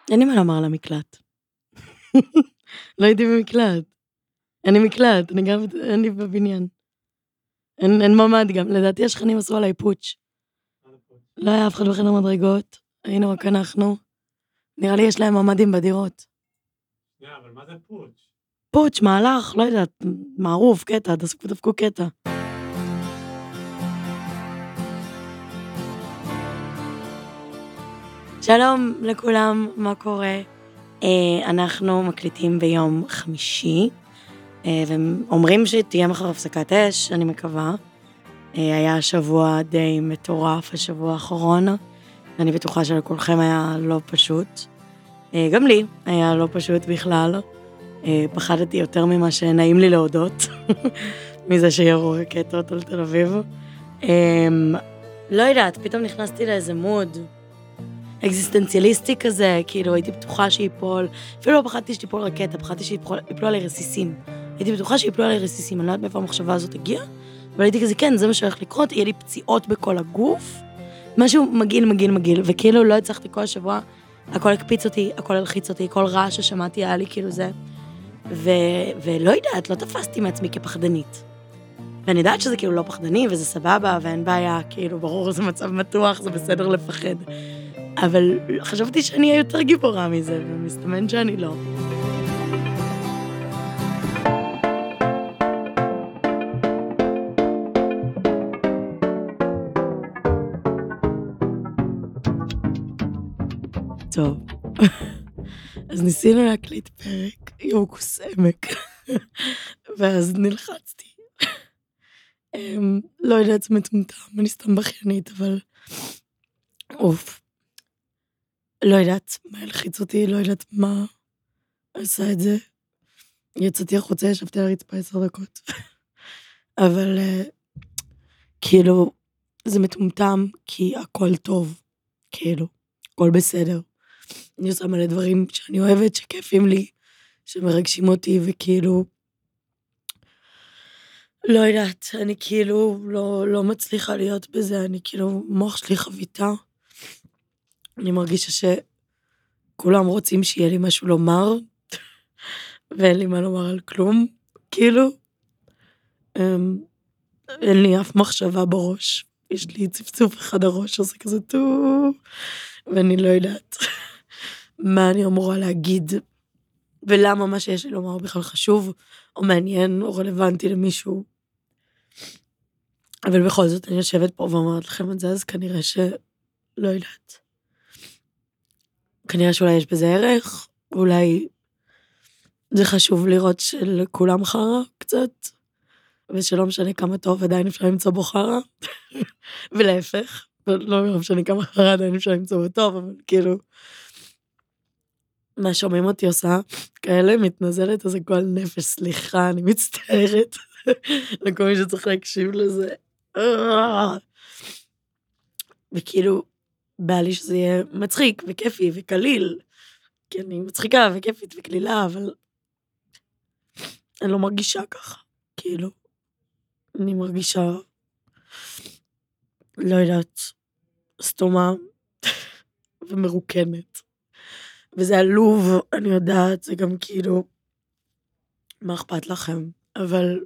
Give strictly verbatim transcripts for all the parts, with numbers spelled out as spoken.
אין לי מה לומר על המקלט. לא הייתי במקלט. אין לי מקלט, אני גם, אין לי בבניין. אין, אין ממד גם, לדעתי השכנים עשו עליי פוץ'. לא היה אף אחד בחדר מדרגות, היינו רק אנחנו. נראה לי יש להם ממדים בדירות. כן, אבל מה זה פוץ'? פוץ', מהלך, לא יודעת, מערוף, קטע, דפקו דפקו קטע. שלום לכולם, מה קורה? אנחנו מקליטים ביום חמישי, ואומרים שתהיה מחר הפסקת אש, אני מקווה. היה שבוע די מטורף, השבוע האחרון, ואני בטוחה שלכולכם היה לא פשוט. גם לי היה לא פשוט בכלל. פחדתי יותר ממה שנעים לי להודות, מזה שירו רקטות על תל אביב. לא יודעת, פתאום נכנסתי לאיזה מוד אקזיסטנציאליסטי כזה, כאילו הייתי בטוחה שיפול, אפילו לא פחדתי שתיפול רקטה, פחדתי שיפלו עלי רסיסים. הייתי בטוחה שיפלו עלי רסיסים, אני לא יודעת מאיפה המחשבה הזאת הגיעה, אבל הייתי כזה, כן, זה מה שהולך לקרות, יהיה לי פציעות בכל הגוף, משהו מגעיל, מגעיל, מגעיל, וכאילו לא הצלחתי כל השבוע, הכל הקפיץ אותי, הכל הלחיץ אותי, כל רעש ששמעתי היה לי כאילו זה, ו... ולא יודעת, לא תפסתי מעצמי כפחדנית. ואני יודעת שזה כאילו לא פחדני, וזה סבבה, ואין בעיה, כאילו, ברור, זה מצב מתוח, זה בסדר לפחד. אבל חשבתי שאני אהיה יותר גיבורה מזה, ומסתמן שאני לא. טוב. אז ניסינו להקליט פרק, יורקוס עמק, ואז נלחצתי. לא יודעת, זה מטומטם, אני סתם בכיינית, אבל אוף. לא יודעת מה הלחיץ אותי, לא יודעת מה עשה את זה. יצאתי החוצה, ישבתי על הרצפה עשר דקות. אבל כאילו, זה מטומטם, כי הכל טוב, כאילו, הכל בסדר. אני עושה מלא דברים שאני אוהבת, שכיפים לי, שמרגשים אותי, וכאילו, לא יודעת, אני כאילו לא, לא מצליחה להיות בזה, אני כאילו, מוח שלי חביתה. אני מרגישה שכולם רוצים שיהיה לי משהו לומר, ואין לי מה לומר על כלום, כאילו. אין לי אף מחשבה בראש, יש לי צפצוף אחד הראש, עושה כזה טוב, ואני לא יודעת מה אני אמורה להגיד, ולמה מה שיש לי לומר בכלל חשוב, או מעניין, או רלוונטי למישהו. אבל בכל זאת אני יושבת פה ואומרת לכם את זה, אז כנראה שלא יודעת. כנראה שאולי יש בזה ערך, אולי זה חשוב לראות שלכולם חרה קצת, ושלא משנה כמה טוב עדיין אפשר למצוא בו חרה, ולהפך, לא משנה כמה חרה עדיין אפשר למצוא בו טוב, אבל כאילו, מה שומעים אותי עושה, כאלה מתנזלת, אז הכל נפש, סליחה, אני מצטערת, לכל מי שצריך להקשיב לזה, וכאילו, בא לי שזה יהיה מצחיק וכיפי וקליל, כי אני מצחיקה וכיפית וקלילה, אבל אני לא מרגישה ככה, כאילו, אני מרגישה, לא יודעת, סתומה ומרוקנת, וזה עלוב, אני יודעת, זה גם כאילו, מה אכפת לכם, אבל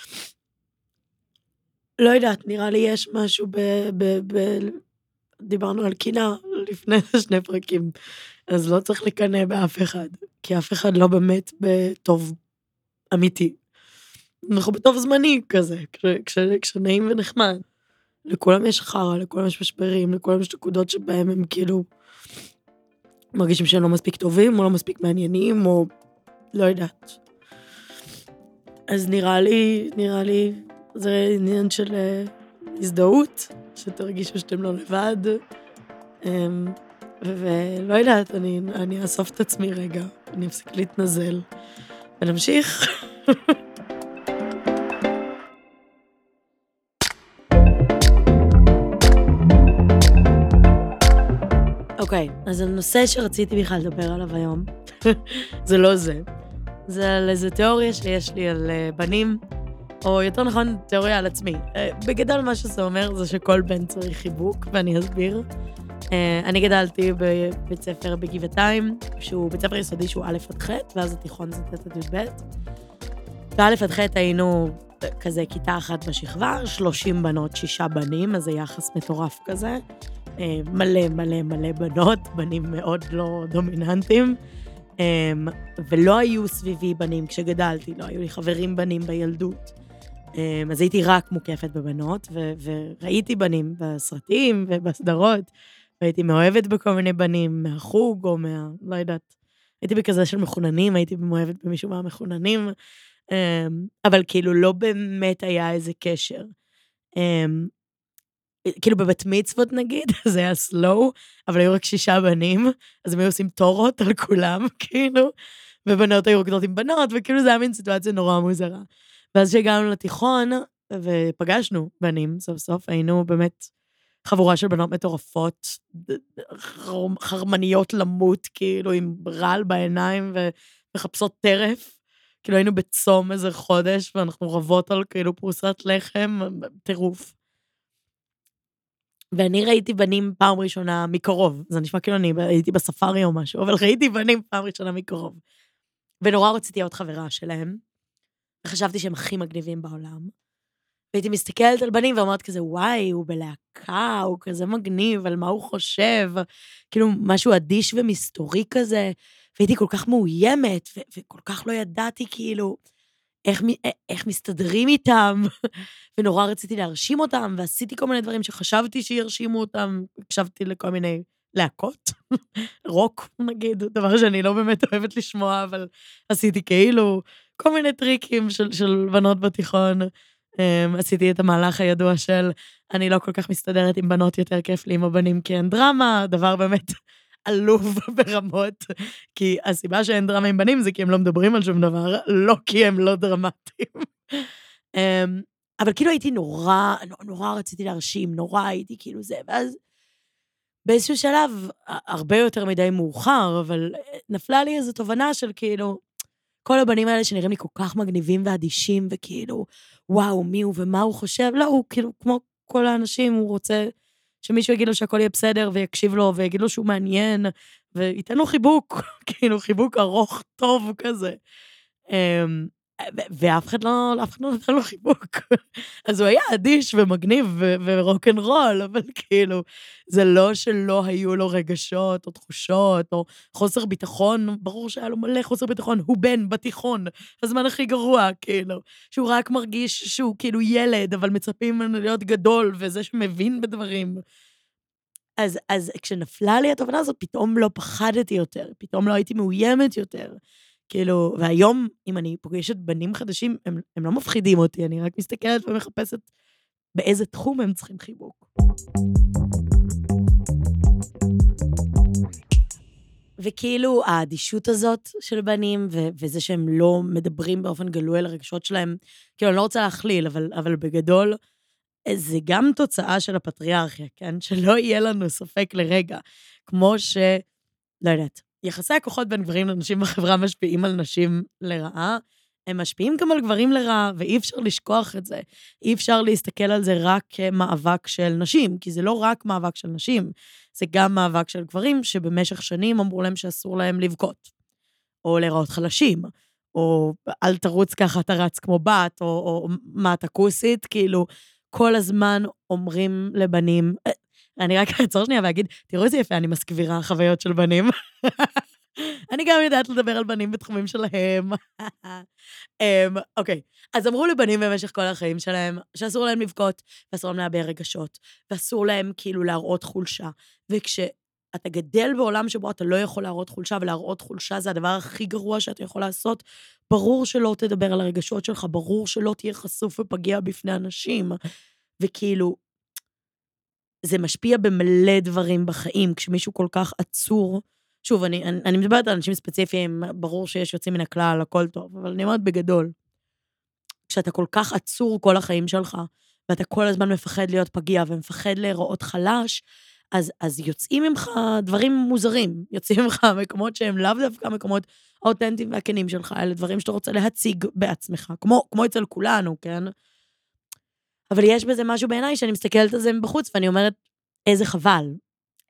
לא יודעת, נראה לי יש משהו ב... ב, ב דיברנו על קינה לפני שני פרקים, אז לא צריך לקנא באף אחד, כי אף אחד לא באמת בטוב אמיתי. אנחנו בטוב זמני כזה, כש, כשנעים ונחמד. לכולם יש חרה, לכולם יש משברים, לכולם יש נקודות שבהם הם כאילו מרגישים שהם לא מספיק טובים, או לא מספיק מעניינים, או לא יודעת. אז נראה לי, נראה לי, זה עניין של הזדהות, שתרגישו שאתם לא לבד, ולא יודעת, אני, אני אאסוף את עצמי רגע, אני אפסיק להתנזל, ונמשיך. אוקיי, אז הנושא שרציתי בכלל לדבר עליו היום, זה לא זה, זה על איזה תיאוריה שיש לי על בנים, או יותר נכון, תיאוריה על עצמי. בגדול מה שזה אומר זה שכל בן צריך חיבוק, ואני אסביר. אני גדלתי בבית ספר בגבעתיים, שהוא בית ספר יסודי שהוא א' עד ח', ואז התיכון זה ט' עד י"ב. בא' עד ח' היינו כזה כיתה אחת בשכבה, שלושים בנות, שישה בנים, אז זה יחס מטורף כזה. מלא מלא מלא בנות, בנים מאוד לא דומיננטיים, ולא היו סביבי בנים כשגדלתי, לא היו לי חברים בנים בילדות. אז הייתי רק מוקפת בבנות, ו- וראיתי בנים בסרטים ובסדרות, והייתי מאוהבת בכל מיני בנים, מהחוג או מה... לא יודעת. הייתי בכזה של מחוננים, הייתי מאוהבת במישהו מהמחוננים, אבל כאילו לא באמת היה איזה קשר. כאילו בבת מצוות נגיד, זה היה סלואו, אבל היו רק שישה בנים, אז הם היו עושים תורות על כולם, כאילו, ובנות היו רוקדות עם בנות, וכאילו זה היה מין סיטואציה נורא מוזרה. ואז שהגענו לתיכון, ופגשנו בנים, סוף סוף, היינו באמת חבורה של בנות מטורפות, חרמניות למות, כאילו, עם רעל בעיניים, ומחפשות טרף. כאילו היינו בצום איזה חודש, ואנחנו רבות על כאילו פרוסת לחם, טירוף. ואני ראיתי בנים פעם ראשונה מקרוב, זה נשמע כאילו אני הייתי בספארי או משהו, אבל ראיתי בנים פעם ראשונה מקרוב. ונורא רציתי להיות חברה שלהם, וחשבתי שהם הכי מגניבים בעולם. והייתי מסתכלת על בנים ואומרת כזה, וואי, הוא בלהקה, הוא כזה מגניב, על מה הוא חושב, כאילו משהו אדיש ומסתורי כזה, והייתי כל כך מאוימת, ו- וכל כך לא ידעתי כאילו, איך, איך מסתדרים איתם, ונורא רציתי להרשים אותם, ועשיתי כל מיני דברים שחשבתי שירשימו אותם, הקשבתי לכל מיני להקות, רוק נגיד, דבר שאני לא באמת אוהבת לשמוע, אבל עשיתי כאילו כל מיני טריקים של, של בנות בתיכון, um, עשיתי את המהלך הידוע של, אני לא כל כך מסתדרת עם בנות, יותר כיף לי עם הבנים כי אין דרמה, דבר באמת עלוב ברמות, כי הסיבה שאין דרמה עם בנים זה כי הם לא מדברים על שום דבר, לא כי הם לא דרמטיים. um, אבל כאילו הייתי נורא, נורא רציתי להרשים, נורא הייתי כאילו זה, ואז באיזשהו שלב, הרבה יותר מדי מאוחר, אבל נפלה לי איזו תובנה של כאילו, כל הבנים האלה שנראים לי כל כך מגניבים ואדישים, וכאילו, וואו, מי הוא ומה הוא חושב, לא, הוא כאילו, כמו כל האנשים, הוא רוצה שמישהו יגיד לו שהכל יהיה בסדר, ויקשיב לו, ויגיד לו שהוא מעניין, וייתן לו חיבוק, כאילו, חיבוק ארוך טוב כזה. ואף אחד לא, אף אחד לא נתן לו חיבוק. אז הוא היה אדיש ומגניב ורוק'נ'רול, אבל כאילו, זה לא שלא היו לו רגשות או תחושות או חוסר ביטחון, ברור שהיה לו מלא חוסר ביטחון, הוא בן בתיכון, הזמן הכי גרוע, כאילו, שהוא רק מרגיש שהוא כאילו ילד, אבל מצפים ממנו להיות גדול, וזה שמבין בדברים. אז, אז כשנפלה לי התובנה הזאת, פתאום לא פחדתי יותר, פתאום לא הייתי מאוימת יותר. כאילו, והיום, אם אני פוגשת בנים חדשים, הם, הם לא מפחידים אותי, אני רק מסתכלת ומחפשת באיזה תחום הם צריכים חיבוק. וכאילו, האדישות הזאת של בנים, ו- וזה שהם לא מדברים באופן גלוי על הרגשות שלהם, כאילו, אני לא רוצה להכליל, אבל, אבל בגדול, זה גם תוצאה של הפטריארכיה, כן? שלא יהיה לנו ספק לרגע, כמו ש... לא יודעת. יחסי הכוחות בין גברים לנשים בחברה משפיעים על נשים לרעה, הם משפיעים גם על גברים לרעה, ואי אפשר לשכוח את זה. אי אפשר להסתכל על זה רק כמאבק של נשים, כי זה לא רק מאבק של נשים, זה גם מאבק של גברים שבמשך שנים אמרו להם שאסור להם לבכות, או להיראות חלשים, או אל תרוץ ככה, אתה רץ כמו בת, או, או מה אתה כוסית, כאילו, כל הזמן אומרים לבנים, אני רק אעצור שנייה ואגיד, תראו איזה יפה, אני מסגבירה חוויות של בנים. אני גם יודעת לדבר על בנים בתחומים שלהם. אוקיי, אז אמרו לבנים במשך כל החיים שלהם, שאסור להם לבכות, ואסור להם להביע רגשות, ואסור להם כאילו להראות חולשה. וכשאתה גדל בעולם שבו אתה לא יכול להראות חולשה, ולהראות חולשה זה הדבר הכי גרוע שאתה יכול לעשות, ברור שלא תדבר על הרגשות שלך, ברור שלא תהיה חשוף ופגיע בפני אנשים. וכאילו, זה משפיע במלא דברים בחיים, כשמישהו כל כך עצור, שוב, אני, אני, אני מדברת על אנשים ספציפיים, ברור שיש יוצאים מן הכלל, הכל טוב, אבל אני אומרת בגדול, כשאתה כל כך עצור כל החיים שלך, ואתה כל הזמן מפחד להיות פגיע, ומפחד להיראות חלש, אז, אז יוצאים ממך דברים מוזרים, יוצאים ממך מקומות שהם לאו דווקא מקומות האותנטיים והכנים שלך, אלה דברים שאתה רוצה להציג בעצמך, כמו, כמו אצל כולנו, כן? אבל יש בזה משהו בעיניי שאני מסתכלת על זה מבחוץ, ואני אומרת, איזה חבל,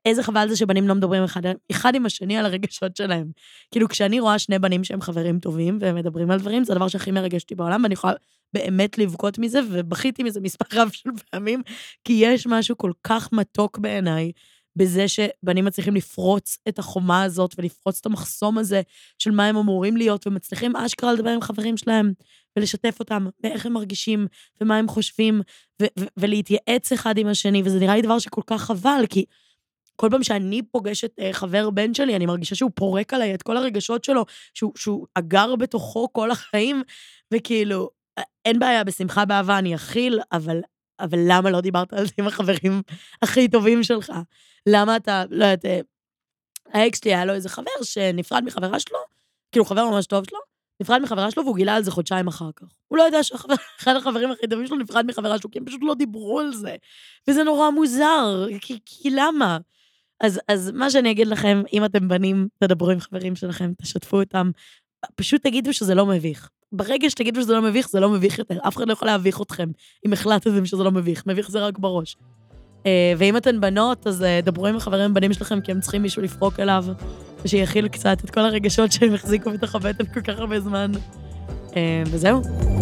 איזה חבל זה שבנים לא מדברים אחד, אחד עם השני על הרגשות שלהם. כאילו, כשאני רואה שני בנים שהם חברים טובים, והם מדברים על דברים, זה הדבר שהכי מרגש אותי בעולם, ואני יכולה באמת לבכות מזה, ובכיתי מזה מספר רב של פעמים, כי יש משהו כל כך מתוק בעיניי, בזה שבנים מצליחים לפרוץ את החומה הזאת, ולפרוץ את המחסום הזה, של מה הם אמורים להיות, ומצליחים אשכרה לדבר עם חברים שלהם, ולשתף אותם, באיך הם מרגישים, ומה הם חושבים, ו- ו- ולהתייעץ אחד עם השני, וזה נראה לי דבר שכל כך חבל, כי כל פעם שאני פוגשת אה, חבר בן שלי, אני מרגישה שהוא פורק עליי את כל הרגשות שלו, שהוא, שהוא אגר בתוכו כל החיים, וכאילו, אין בעיה, בשמחה באהבה אני אכיל, אבל, אבל למה לא דיברת על זה עם החברים הכי טובים שלך? למה אתה, לא יודעת, אה, האקס שלי היה לו איזה חבר שנפרד מחברה שלו, כאילו חבר ממש טוב שלו, נפרד מחברה שלו, והוא גילה על זה חודשיים אחר כך. הוא לא יודע שאחד החברים הכי טובים שלו נפרד מחברה שלו, כי הם פשוט לא דיברו על זה. וזה נורא מוזר, כי, כי למה? אז, אז מה שאני אגיד לכם, אם אתם בנים, תדברו עם חברים שלכם, תשתפו אותם, פשוט תגידו שזה לא מביך. ברגע שתגידו שזה לא מביך, זה לא מביך יותר. אף אחד לא יכול להביך אתכם, אם החלטתם שזה לא מביך. מביך זה רק בראש. ואם אתן בנות, אז דברו עם החברים בנים שלכם, כי הם צריכים מישהו לפרוק אליו, ושיכיל קצת את כל הרגשות שהם החזיקו בתוך הבטן כל כך הרבה זמן. וזהו.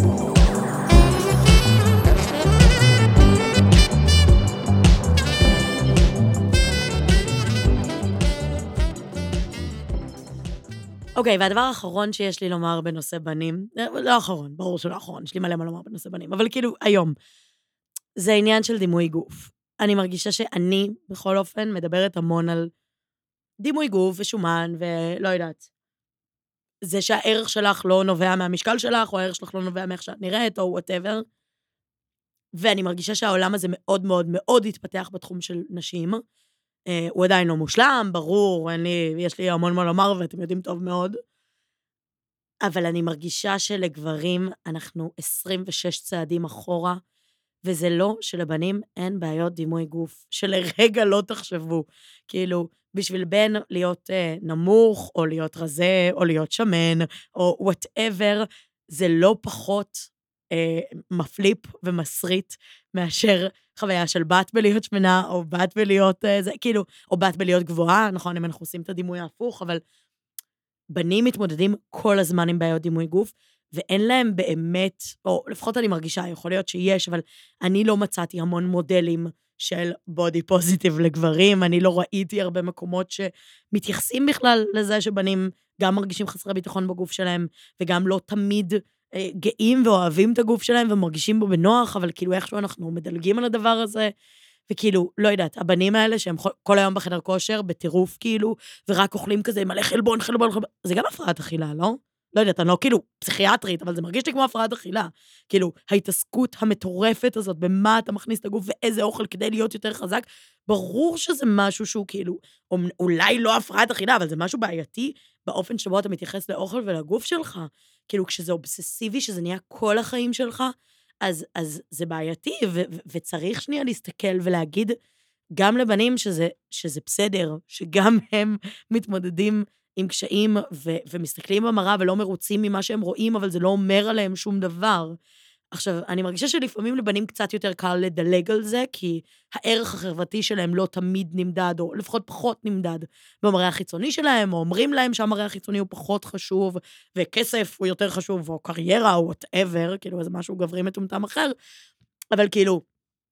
אוקיי, והדבר האחרון שיש לי לומר בנושא בנים, לא האחרון, ברור שלא האחרון, יש לי מלא מה לומר בנושא בנים, אבל כאילו היום, זה העניין של דימוי גוף. אני מרגישה שאני, בכל אופן, מדברת המון על דימוי גוף ושומן, ולא יודעת. זה שהערך שלך לא נובע מהמשקל שלך, או הערך שלך לא נובע מאיך שאת נראית, או whatever. ואני מרגישה שהעולם הזה מאוד מאוד מאוד התפתח בתחום של נשים. הוא עדיין לא מושלם, ברור, אני, יש לי המון מה לומר, ואתם יודעים טוב מאוד. אבל אני מרגישה שלגברים אנחנו עשרים ושש צעדים אחורה, וזה לא שלבנים אין בעיות דימוי גוף, שלרגע לא תחשבו. כאילו, בשביל בן להיות אה, נמוך, או להיות רזה, או להיות שמן, או whatever, זה לא פחות אה, מפליפ ומסריט, מאשר חוויה של בת בלהיות שמנה, או בת בלהיות, אה, זה, כאילו, או בת בלהיות גבוהה, נכון, אם אנחנו עושים את הדימוי ההפוך, אבל בנים מתמודדים כל הזמן עם בעיות דימוי גוף, ואין להם באמת, או לפחות אני מרגישה, יכול להיות שיש, אבל אני לא מצאתי המון מודלים של בודי פוזיטיב לגברים, אני לא ראיתי הרבה מקומות שמתייחסים בכלל לזה שבנים גם מרגישים חסרי ביטחון בגוף שלהם, וגם לא תמיד אה, גאים ואוהבים את הגוף שלהם, ומרגישים בו בנוח, אבל כאילו איכשהו אנחנו מדלגים על הדבר הזה, וכאילו, לא יודעת, הבנים האלה שהם כל היום בחדר כושר, בטירוף כאילו, ורק אוכלים כזה מלא חלבון, חלבון, חלבון, זה גם הפרעת אכילה, לא? לא יודעת, אני לא כאילו פסיכיאטרית, אבל זה מרגיש לי כמו הפרעת אכילה. כאילו, ההתעסקות המטורפת הזאת, במה אתה מכניס את הגוף ואיזה אוכל כדי להיות יותר חזק, ברור שזה משהו שהוא כאילו, אולי לא הפרעת אכילה, אבל זה משהו בעייתי באופן שבו אתה מתייחס לאוכל ולגוף שלך. כאילו, כשזה אובססיבי, שזה נהיה כל החיים שלך, אז, אז זה בעייתי, ו- ו- וצריך שנייה להסתכל ולהגיד גם לבנים שזה, שזה בסדר, שגם הם מתמודדים עם קשיים ו- ומסתכלים במראה ולא מרוצים ממה שהם רואים, אבל זה לא אומר עליהם שום דבר. עכשיו, אני מרגישה שלפעמים לבנים קצת יותר קל לדלג על זה, כי הערך החברתי שלהם לא תמיד נמדד, או לפחות פחות נמדד במראה החיצוני שלהם, או אומרים להם שהמראה החיצוני הוא פחות חשוב, וכסף הוא יותר חשוב, או קריירה, או whatever, כאילו איזה משהו גברי מטומטם אחר, אבל כאילו,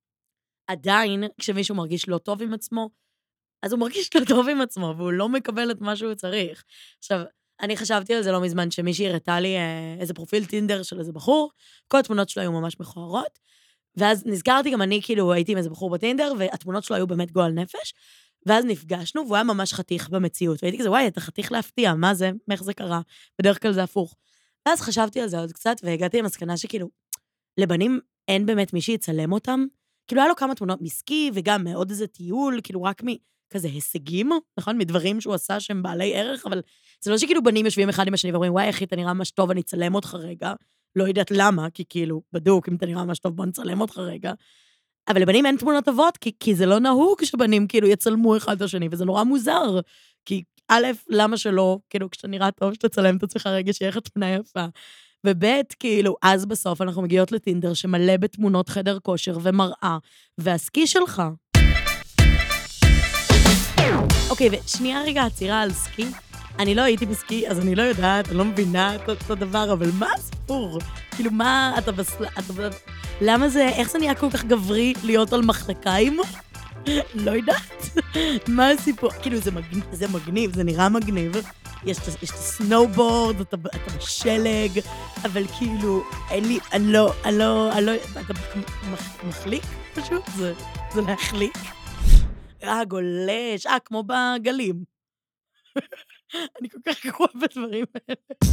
עדיין, כשמישהו מרגיש לא טוב עם עצמו, אז הוא מרגיש לא טוב עם עצמו, והוא לא מקבל את מה שהוא צריך. עכשיו, אני חשבתי על זה לא מזמן, שמישהי הראתה לי איזה פרופיל טינדר של איזה בחור, כל התמונות שלו היו ממש מכוערות, ואז נזכרתי גם אני, כאילו, הייתי עם איזה בחור בטינדר, והתמונות שלו היו באמת גועל נפש, ואז נפגשנו, והוא היה ממש חתיך במציאות, והייתי כזה, וואי, אתה חתיך להפתיע, מה זה? איך זה קרה? בדרך כלל זה הפוך. ואז חשבתי על זה עוד קצת, והגעתי למסקנה שכאילו, לבנים אין באמת מי שיצלם אותם, כאילו היה לו כמה תמונות מסקי, וגם עוד איזה טיול, כאילו רק מכזה הישגים, נכון? מדברים שהוא עשה שהם בעלי ערך, אבל זה לא שכאילו בנים יושבים אחד עם השני ואומרים, וואי, אחי, אתה נראה ממש טוב, אני אצלם אותך רגע. לא יודעת למה, כי כאילו, בדוק, אם אתה נראה ממש טוב, בוא נצלם אותך רגע. אבל לבנים אין תמונות טובות, כי, כי זה לא נהוג שבנים כאילו יצלמו אחד את השני, וזה נורא מוזר. כי א', למה שלא, כאילו, כשאתה נראה טוב, שתצלם את עצמך רגע, שיהיה לך תמונה יפה. וב' כאילו, אז בסוף אנחנו מגיעות לטינדר שמלא בתמונות חדר כושר ומראה, והסקי שלך. אוקיי, ושנייה רגע עצירה על סקי. אני לא הייתי בסקי, אז אני לא יודעת, אני לא מבינה את אותו דבר, אבל מה הסיפור? כאילו, מה אתה בסל... אתה... למה זה, איך זה נהיה כל כך גברי להיות על מחלקיים? לא יודעת. מה הסיפור? כאילו, זה מגניב, זה מגניב, זה נראה מגניב. יש את הסנואובורד, אתה, אתה בשלג, אבל כאילו, אין לי, אני לא, אני לא, אני לא, אתה מחליק פשוט? זה, זה להחליק. אה, גולש, אה, כמו בגלים. אני כל כך גרוע בדברים האלה.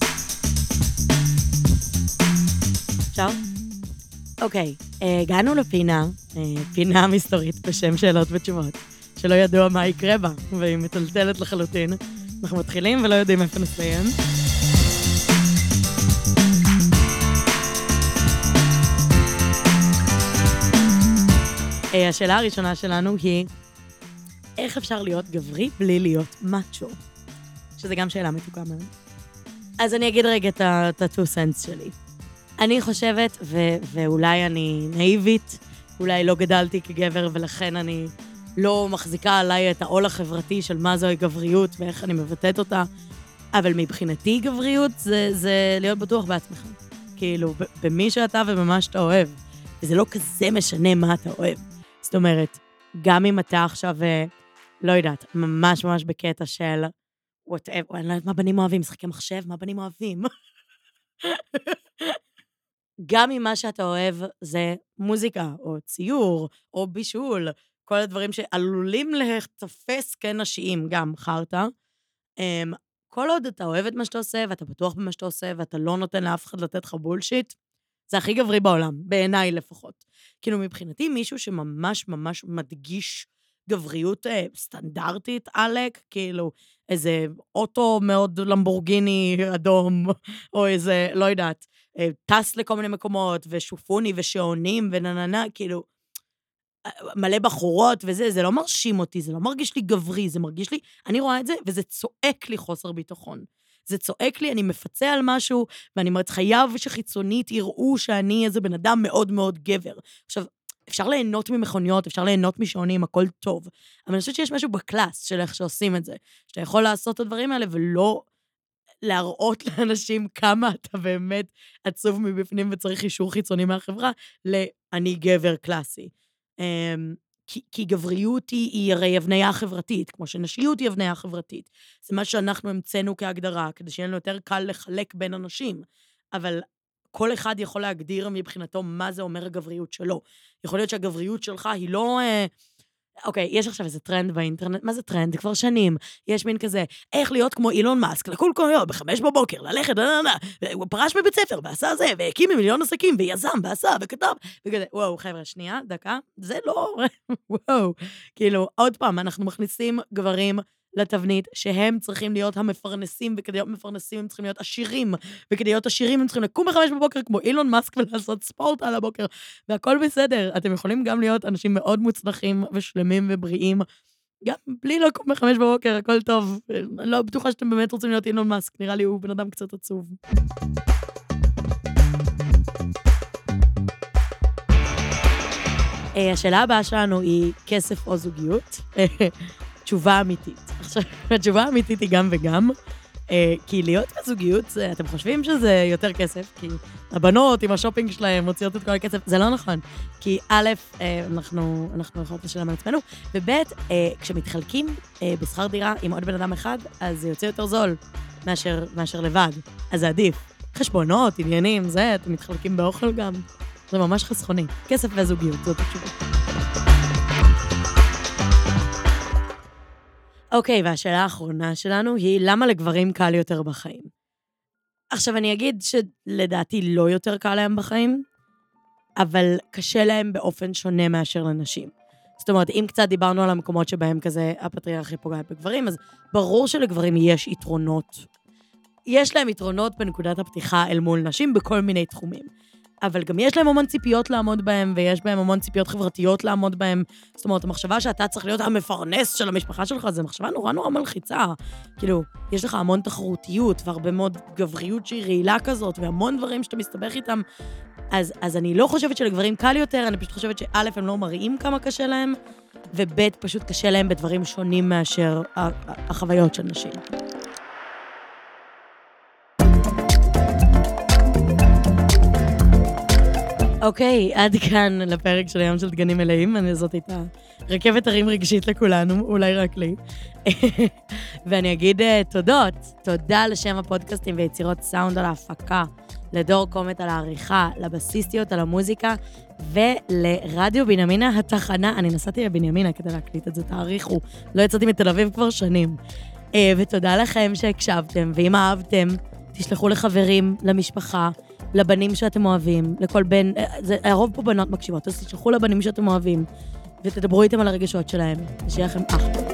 עכשיו? אוקיי, הגענו לפינה, פינה מסתורית בשם שאלות ותשובות, שלא ידוע מה יקרה בה, והיא מטלטלת לחלוטין. אנחנו מתחילים ולא יודעים איפה נסיים. השאלה הראשונה שלנו היא, איך אפשר להיות גברי בלי להיות מאצ'ו? שזה גם שאלה מתוקה מאוד. אז אני אגיד רגע את ה-two cents שלי. אני חושבת, ו- ואולי אני נאיבית, אולי לא גדלתי כגבר, ולכן אני לא מחזיקה עליי את העול החברתי של מה זוהי גבריות ואיך אני מבטאת אותה, אבל מבחינתי גבריות זה, זה להיות בטוח בעצמך. כאילו, במי שאתה ובמה שאתה אוהב. וזה לא כזה משנה מה אתה אוהב. זאת אומרת, גם אם אתה עכשיו, לא יודעת, ממש ממש בקטע של whatever, אני לא יודעת מה בנים אוהבים, משחקי מחשב, מה בנים אוהבים. גם אם מה שאתה אוהב זה מוזיקה, או ציור, או בישול, כל הדברים שעלולים לתפס כנשיים, גם חרטה. כל עוד אתה אוהב את מה שאתה עושה, ואתה בטוח במה שאתה עושה, ואתה לא נותן לאף אחד לתת לך בולשיט, זה הכי גברי בעולם, בעיניי לפחות. כאילו מבחינתי מישהו שממש ממש מדגיש גבריות אה, סטנדרטית, אלק, כאילו איזה אוטו מאוד למבורגיני אדום, או איזה, לא יודעת, אה, טס לכל מיני מקומות, ושופוני ושעונים ונננה, כאילו, מלא בחורות וזה, זה לא מרשים אותי, זה לא מרגיש לי גברי, זה מרגיש לי, אני רואה את זה, וזה צועק לי חוסר ביטחון. זה צועק לי, אני מפצה על משהו, ואני אומרת, חייב שחיצונית יראו שאני איזה בן אדם מאוד מאוד גבר. עכשיו, אפשר ליהנות ממכוניות, אפשר ליהנות משעונים, הכל טוב. אבל אני חושבת שיש משהו בקלאס של איך שעושים את זה, שאתה יכול לעשות את הדברים האלה, ולא להראות לאנשים כמה אתה באמת עצוב מבפנים, וצריך אישור חיצוני מהחברה, ל"אני גבר קלאסי". כי, כי גבריות היא, היא הרי הבניה חברתית, כמו שנשיות היא הבניה חברתית. זה מה שאנחנו המצאנו כהגדרה, כדי שיהיה לנו יותר קל לחלק בין אנשים. אבל כל אחד יכול להגדיר מבחינתו מה זה אומר הגבריות שלו. יכול להיות שהגבריות שלך היא לא... אה, אוקיי, יש עכשיו איזה טרנד באינטרנט, מה זה טרנד? זה כבר שנים. יש מין כזה, איך להיות כמו אילון מאסק, לקול כל יום, בחמש בבוקר, ללכת, הוא פרש מבית ספר, ועשה זה, והקים מיליון עסקים, ויזם, ועשה, וכתב, וכזה, וואו, חבר'ה, שנייה, דקה, זה לא, וואו, כאילו, עוד פעם, אנחנו מכניסים גברים לתבנית, שהם צריכים להיות המפרנסים, וכדי להיות מפרנסים הם צריכים להיות עשירים, וכדי להיות עשירים הם צריכים לקום בחמש בבוקר, כמו אילון מאסק, ולעשות ספורט על הבוקר, והכל בסדר. אתם יכולים גם להיות אנשים מאוד מוצלחים, ושלמים ובריאים, גם בלי לקום בחמש בבוקר, הכל טוב. אני לא בטוחה שאתם באמת רוצים להיות אילון מאסק, נראה לי הוא בן אדם קצת עצוב. השאלה הבאה שלנו היא כסף או זוגיות. תשובה אמיתית. עכשיו, התשובה האמיתית היא גם וגם, כי להיות בזוגיות, אתם חושבים שזה יותר כסף, כי הבנות עם השופינג שלהם מוציאות את כל הכסף, זה לא נכון. כי א', אנחנו, אנחנו יכולות לשלם על עצמנו, וב', כשמתחלקים בשכר דירה עם עוד בן אדם אחד, אז זה יוצא יותר זול מאשר, מאשר לבד. אז זה עדיף. חשבונות, עניינים, זה, אתם מתחלקים באוכל גם. זה ממש חסכוני. כסף וזוגיות, זאת התשובה. אוקיי, והשאלה האחרונה שלנו היא, למה לגברים קל יותר בחיים? עכשיו, אני אגיד שלדעתי לא יותר קל להם בחיים, אבל קשה להם באופן שונה מאשר לנשים. זאת אומרת, אם קצת דיברנו על המקומות שבהם כזה הפטריארכיה פוגעת בגברים, אז ברור שלגברים יש יתרונות. יש להם יתרונות בנקודת הפתיחה אל מול נשים בכל מיני תחומים. אבל גם יש להם המון ציפיות לעמוד בהם, ויש בהם המון ציפיות חברתיות לעמוד בהם. זאת אומרת, המחשבה שאתה צריך להיות המפרנס של המשפחה שלך, זו מחשבה נורא נורא מלחיצה. כאילו, יש לך המון תחרותיות, והרבה מאוד גבריות שהיא רעילה כזאת, והמון דברים שאתה מסתבך איתם. אז, אז אני לא חושבת שלגברים קל יותר, אני פשוט חושבת שא' הם לא מראים כמה קשה להם, וב' פשוט קשה להם בדברים שונים מאשר החוויות של נשים. אוקיי, עד כאן לפרק של היום של דגנים מלאים, אני זאת הייתה רכבת הרים רגשית לכולנו, אולי רק לי. ואני אגיד תודות, תודה לשם הפודקאסטים ויצירות סאונד על ההפקה, לדור קומט על העריכה, לבסיסטיות על המוזיקה, ולרדיו בנימינה התחנה, אני נסעתי לבנימינה כדי להקליט את זה, תאריכו, לא יצאתי מתל אביב כבר שנים. ותודה לכם שהקשבתם, ואם אהבתם, תשלחו לחברים, למשפחה, לבנים שאתם אוהבים, לכל בן, זה, הרוב פה בנות מקשיבות, אז תשלחו לבנים שאתם אוהבים, ותדברו איתם על הרגשות שלהם, ושיהיה לכם אחלה.